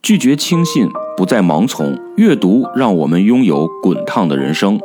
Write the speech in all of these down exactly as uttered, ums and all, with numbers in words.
拒绝轻信，不再盲从，阅读让我们拥有滚烫的人生。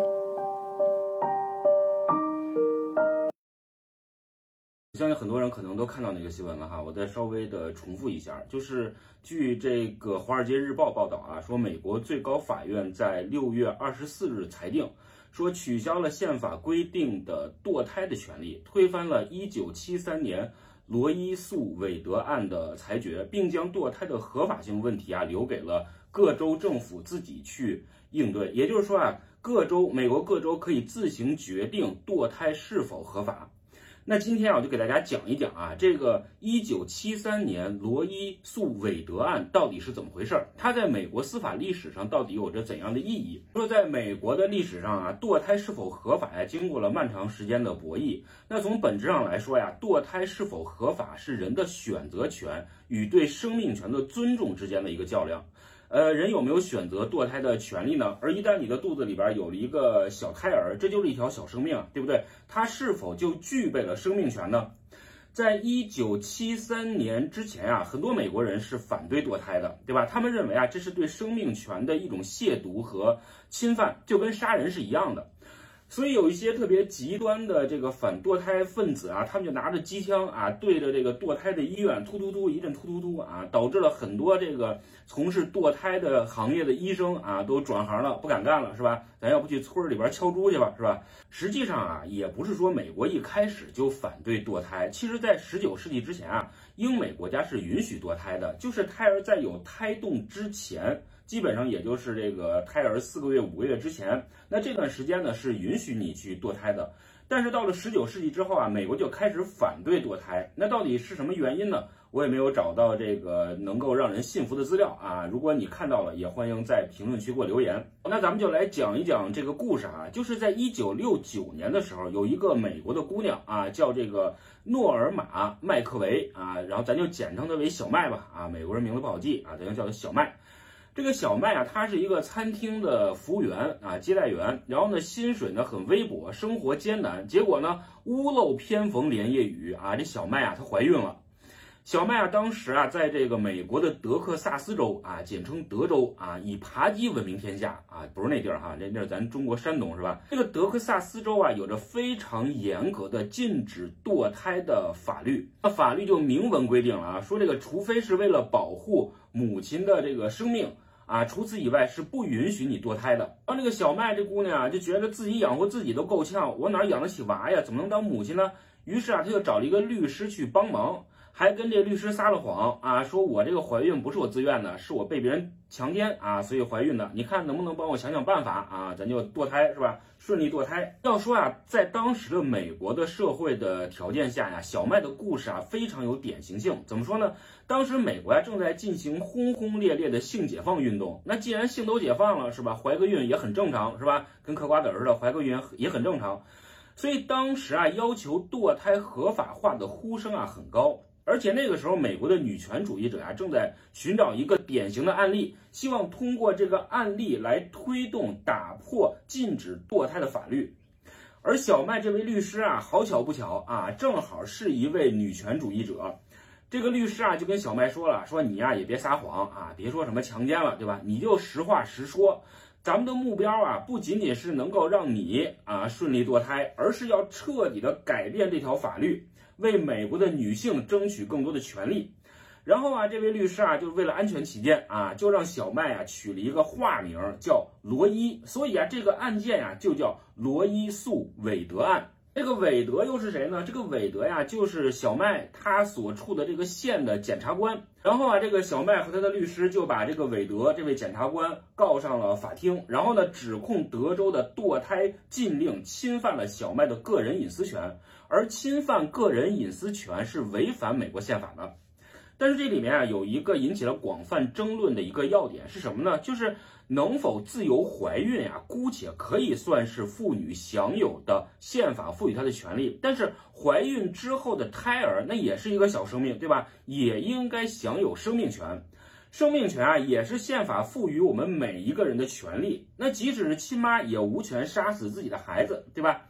相信很多人可能都看到那个新闻了哈，我再稍微的重复一下，就是据这个《华尔街日报》报道啊，说美国最高法院在六月二十四日裁定，说取消了宪法规定的堕胎的权利，推翻了一九七三年罗伊诉韦德案的裁决，并将堕胎的合法性问题啊留给了各州政府自己去应对。也就是说啊，各州美国各州可以自行决定堕胎是否合法。那今天啊，我就给大家讲一讲啊，这个一九七三年罗伊诉韦德案到底是怎么回事？它在美国司法历史上到底有着怎样的意义？说在美国的历史上啊，堕胎是否合法呀，经过了漫长时间的博弈。那从本质上来说呀，堕胎是否合法是人的选择权与对生命权的尊重之间的一个较量。呃，人有没有选择堕胎的权利呢？而一旦你的肚子里边有了一个小胎儿，这就是一条小生命，对不对？它是否就具备了生命权呢？在一九七三年之前啊，很多美国人是反对堕胎的，对吧？他们认为啊，这是对生命权的一种亵渎和侵犯，就跟杀人是一样的。所以有一些特别极端的这个反堕胎分子啊，他们就拿着机枪啊，对着这个堕胎的医院突突突一阵突突突啊，导致了很多这个从事堕胎的行业的医生啊都转行了，不敢干了，是吧？咱要不去村里边敲猪去吧，是吧？实际上啊，也不是说美国一开始就反对堕胎，其实在十九世纪之前啊，英美国家是允许堕胎的，就是胎儿在有胎动之前。基本上也就是这个胎儿四个月、五个月之前，那这段时间呢是允许你去堕胎的。但是到了十九世纪之后啊，美国就开始反对堕胎。那到底是什么原因呢？我也没有找到这个能够让人信服的资料啊。如果你看到了，也欢迎在评论区给我留言。那咱们就来讲一讲这个故事啊，就是在一九六九年的时候，有一个美国的姑娘啊，叫这个诺尔玛·麦克维啊，然后咱就简称她为小麦吧啊，美国人名字不好记啊，咱就叫她小麦。这个小麦啊，他是一个餐厅的服务员啊，接待员，然后呢，薪水呢很微薄，生活艰难。结果呢，屋漏偏逢连夜雨啊，这小麦啊，她怀孕了。小麦啊，当时啊，在这个美国的德克萨斯州啊，简称德州啊，以扒鸡闻名天下啊，不是那地儿哈，那地儿咱中国山东是吧？这个德克萨斯州啊，有着非常严格的禁止堕胎的法律。那法律就明文规定了啊，说这个除非是为了保护母亲的这个生命啊，除此以外是不允许你堕胎的。然后这个小麦这姑娘啊，就觉得自己养活自己都够呛，我哪养得起娃呀？怎么能当母亲呢？于是啊，她就找了一个律师去帮忙。还跟这律师撒了谎啊，说我这个怀孕不是我自愿的，是我被别人强奸啊，所以怀孕的。你看能不能帮我想想办法啊？咱就堕胎是吧？顺利堕胎。要说啊，在当时的美国的社会的条件下呀，小麦的故事啊非常有典型性。怎么说呢？当时美国呀正在进行轰轰烈烈的性解放运动。那既然性都解放了是吧？怀个孕也很正常是吧？跟嗑瓜子似的，怀个孕也很正常。所以当时啊，要求堕胎合法化的呼声啊很高。而且那个时候，美国的女权主义者啊，正在寻找一个典型的案例，希望通过这个案例来推动打破禁止堕胎的法律。而小麦这位律师啊，好巧不巧啊，正好是一位女权主义者。这个律师啊，就跟小麦说了，说你呀、啊、也别撒谎啊，别说什么强奸了，对吧？你就实话实说。咱们的目标啊，不仅仅是能够让你啊顺利堕胎，而是要彻底的改变这条法律，为美国的女性争取更多的权利。然后啊，这位律师啊，就为了安全起见啊，就让小麦啊取了一个化名叫罗伊，所以啊，这个案件啊就叫罗伊诉韦德案。这个韦德又是谁呢？这个韦德呀，就是小麦他所处的这个县的检察官。然后啊，这个小麦和他的律师就把这个韦德这位检察官告上了法庭，然后呢，指控德州的堕胎禁令侵犯了小麦的个人隐私权，而侵犯个人隐私权是违反美国宪法的。但是这里面啊，有一个引起了广泛争论的一个要点是什么呢？就是能否自由怀孕啊，姑且可以算是妇女享有的宪法赋予她的权利，但是怀孕之后的胎儿那也是一个小生命，对吧？也应该享有生命权。生命权啊，也是宪法赋予我们每一个人的权利。那即使是亲妈也无权杀死自己的孩子，对吧？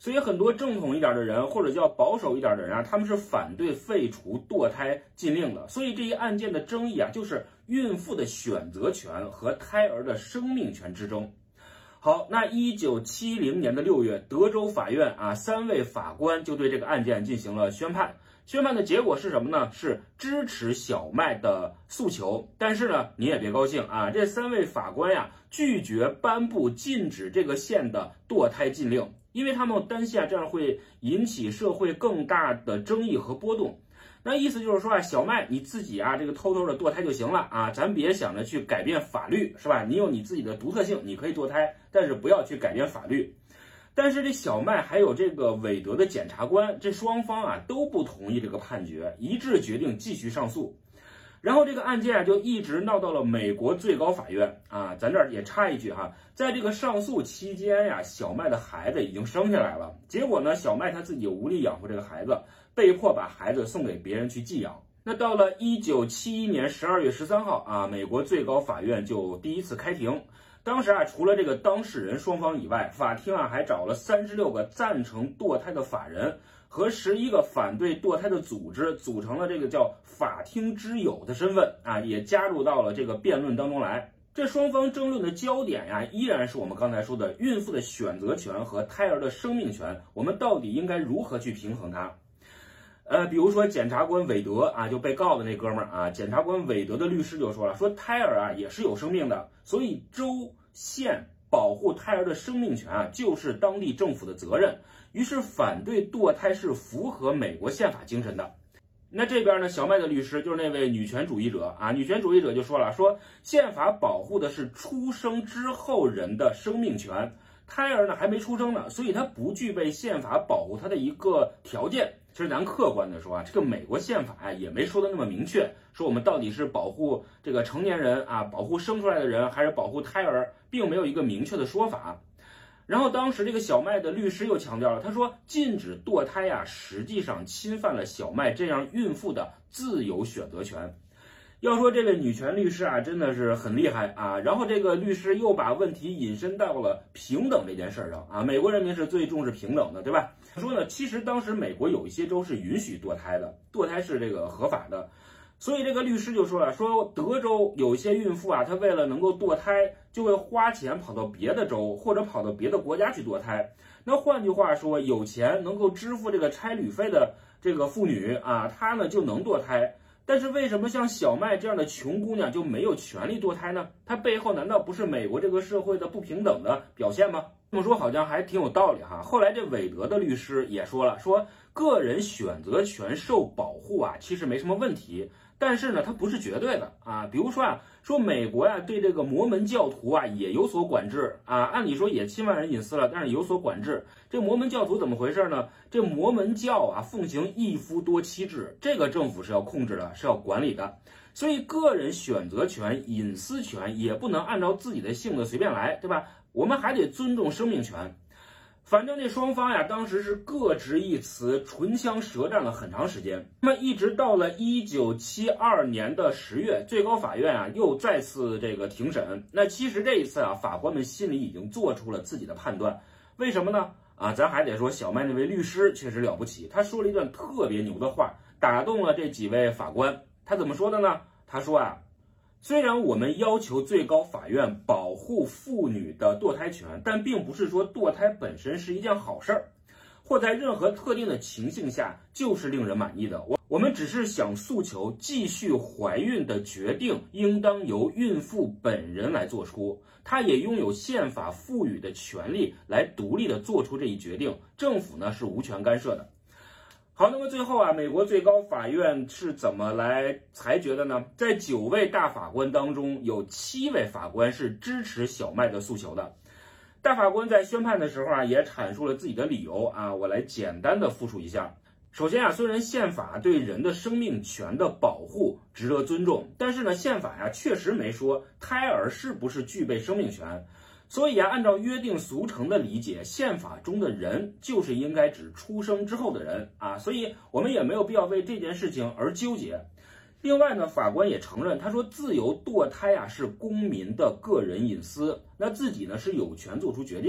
所以很多正统一点的人或者叫保守一点的人啊，他们是反对废除堕胎禁令的。所以这一案件的争议啊，就是孕妇的选择权和胎儿的生命权之争。好，那一九七零年的六月，德州法院啊三位法官就对这个案件进行了宣判。宣判的结果是什么呢？是支持小麦的诉求。但是呢，你也别高兴啊，这三位法官呀拒绝颁布禁止这个县的堕胎禁令，因为他们担心啊这样会引起社会更大的争议和波动。那意思就是说啊，小麦你自己啊，这个偷偷的堕胎就行了啊，咱别想着去改变法律，是吧？你有你自己的独特性，你可以堕胎，但是不要去改变法律。但是这小麦还有这个韦德的检察官，这双方啊都不同意这个判决，一致决定继续上诉。然后这个案件啊就一直闹到了美国最高法院啊。咱这儿也插一句哈，在这个上诉期间呀，小麦的孩子已经生下来了，结果呢，小麦他自己无力养活这个孩子，被迫把孩子送给别人去寄养。那到了一九七一年十二月十三号啊，美国最高法院就第一次开庭。当时啊，除了这个当事人双方以外，法庭啊还找了三十六个赞成堕胎的法人和十一个反对堕胎的组织，组成了这个叫法庭之友的身份啊，也加入到了这个辩论当中来。这双方争论的焦点呀，依然是我们刚才说的孕妇的选择权和胎儿的生命权，我们到底应该如何去平衡它？呃，比如说检察官韦德啊，就被告的那哥们儿啊，检察官韦德的律师就说了，说胎儿啊也是有生命的，所以州县保护胎儿的生命权啊，就是当地政府的责任。于是反对堕胎是符合美国宪法精神的。那这边呢，小麦的律师就是那位女权主义者啊，女权主义者就说了，说宪法保护的是出生之后人的生命权，胎儿呢还没出生呢，所以他不具备宪法保护他的一个条件。其实咱客观的说啊，这个美国宪法啊也没说的那么明确，说我们到底是保护这个成年人啊，保护生出来的人，还是保护胎儿，并没有一个明确的说法。然后当时这个小麦的律师又强调了，他说禁止堕胎呀、啊，实际上侵犯了小麦这样孕妇的自由选择权。要说这位女权律师啊，真的是很厉害啊。然后这个律师又把问题引申到了平等这件事上啊，美国人民是最重视平等的，对吧？说呢，其实当时美国有一些州是允许堕胎的，堕胎是这个合法的。所以这个律师就说了，说德州有一些孕妇啊，她为了能够堕胎，就会花钱跑到别的州或者跑到别的国家去堕胎。那换句话说，有钱能够支付这个差旅费的这个妇女啊，她呢就能堕胎。但是为什么像小麦这样的穷姑娘就没有权利堕胎呢？她背后难道不是美国这个社会的不平等的表现吗？这么说好像还挺有道理哈。后来这韦德的律师也说了，说个人选择权受保护啊，其实没什么问题。但是呢，它不是绝对的啊。比如说啊，说美国呀、啊、对这个摩门教徒啊也有所管制啊，按理说也侵犯人隐私了，但是有所管制。这摩门教徒怎么回事呢？这摩门教啊奉行一夫多妻制，这个政府是要控制的，是要管理的。所以个人选择权、隐私权也不能按照自己的性子随便来，对吧？我们还得尊重生命权。反正这双方呀，当时是各执一词，唇枪舌战了很长时间。那么一直到了一九七二年的十月，最高法院啊又再次这个庭审。那其实这一次啊，法官们心里已经做出了自己的判断。为什么呢？啊，咱还得说小麦那位律师确实了不起，他说了一段特别牛的话，打动了这几位法官。他怎么说的呢？他说啊，虽然我们要求最高法院保护妇女的堕胎权，但并不是说堕胎本身是一件好事儿，或在任何特定的情形下就是令人满意的。我我们只是想诉求继续怀孕的决定应当由孕妇本人来做出，她也拥有宪法赋予的权利来独立的做出这一决定，政府呢是无权干涉的。好，那么最后啊，美国最高法院是怎么来裁决的呢？在九位大法官当中，有七位法官是支持小麦的诉求的。大法官在宣判的时候啊，也阐述了自己的理由啊，我来简单的复述一下。首先啊，虽然宪法对人的生命权的保护值得尊重，但是呢，宪法呀确实没说胎儿是不是具备生命权。所以啊，按照约定俗成的理解，宪法中的人就是应该指出生之后的人啊，所以我们也没有必要为这件事情而纠结。另外呢，法官也承认，他说自由堕胎啊是公民的个人隐私，那自己呢是有权做出决定的。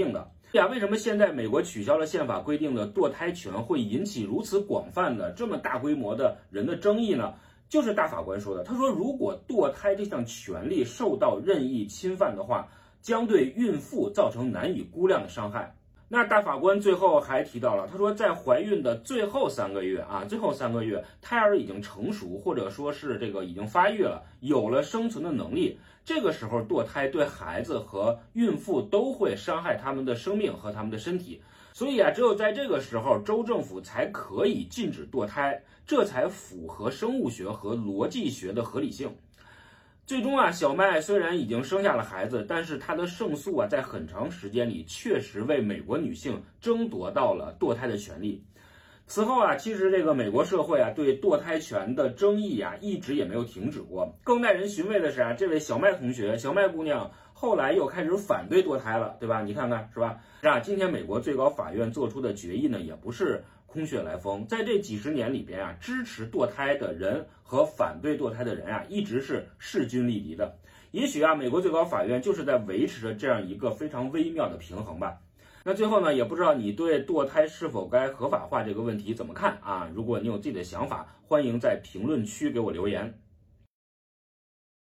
呀，为什么现在美国取消了宪法规定的堕胎权会引起如此广泛的、这么大规模的人的争议呢？就是大法官说的，他说，如果堕胎这项权利受到任意侵犯的话，将对孕妇造成难以估量的伤害。那大法官最后还提到了，他说，在怀孕的最后三个月啊，最后三个月，胎儿已经成熟，或者说是这个已经发育了，有了生存的能力。这个时候堕胎对孩子和孕妇都会伤害他们的生命和他们的身体，所以啊，只有在这个时候，州政府才可以禁止堕胎，这才符合生物学和逻辑学的合理性。最终啊，小麦虽然已经生下了孩子，但是他的胜诉啊，在很长时间里确实为美国女性争夺到了堕胎的权利。此后啊，其实这个美国社会啊，对堕胎权的争议啊，一直也没有停止过。更耐人寻味的是啊，这位小麦同学、小麦姑娘后来又开始反对堕胎了，对吧？你看看是吧？是啊，今天美国最高法院做出的决议呢，也不是空穴来风。在这几十年里边啊，支持堕胎的人和反对堕胎的人啊，一直是势均力敌的。也许啊，美国最高法院就是在维持着这样一个非常微妙的平衡吧。那最后呢，也不知道你对堕胎是否该合法化这个问题怎么看啊？如果你有自己的想法，欢迎在评论区给我留言。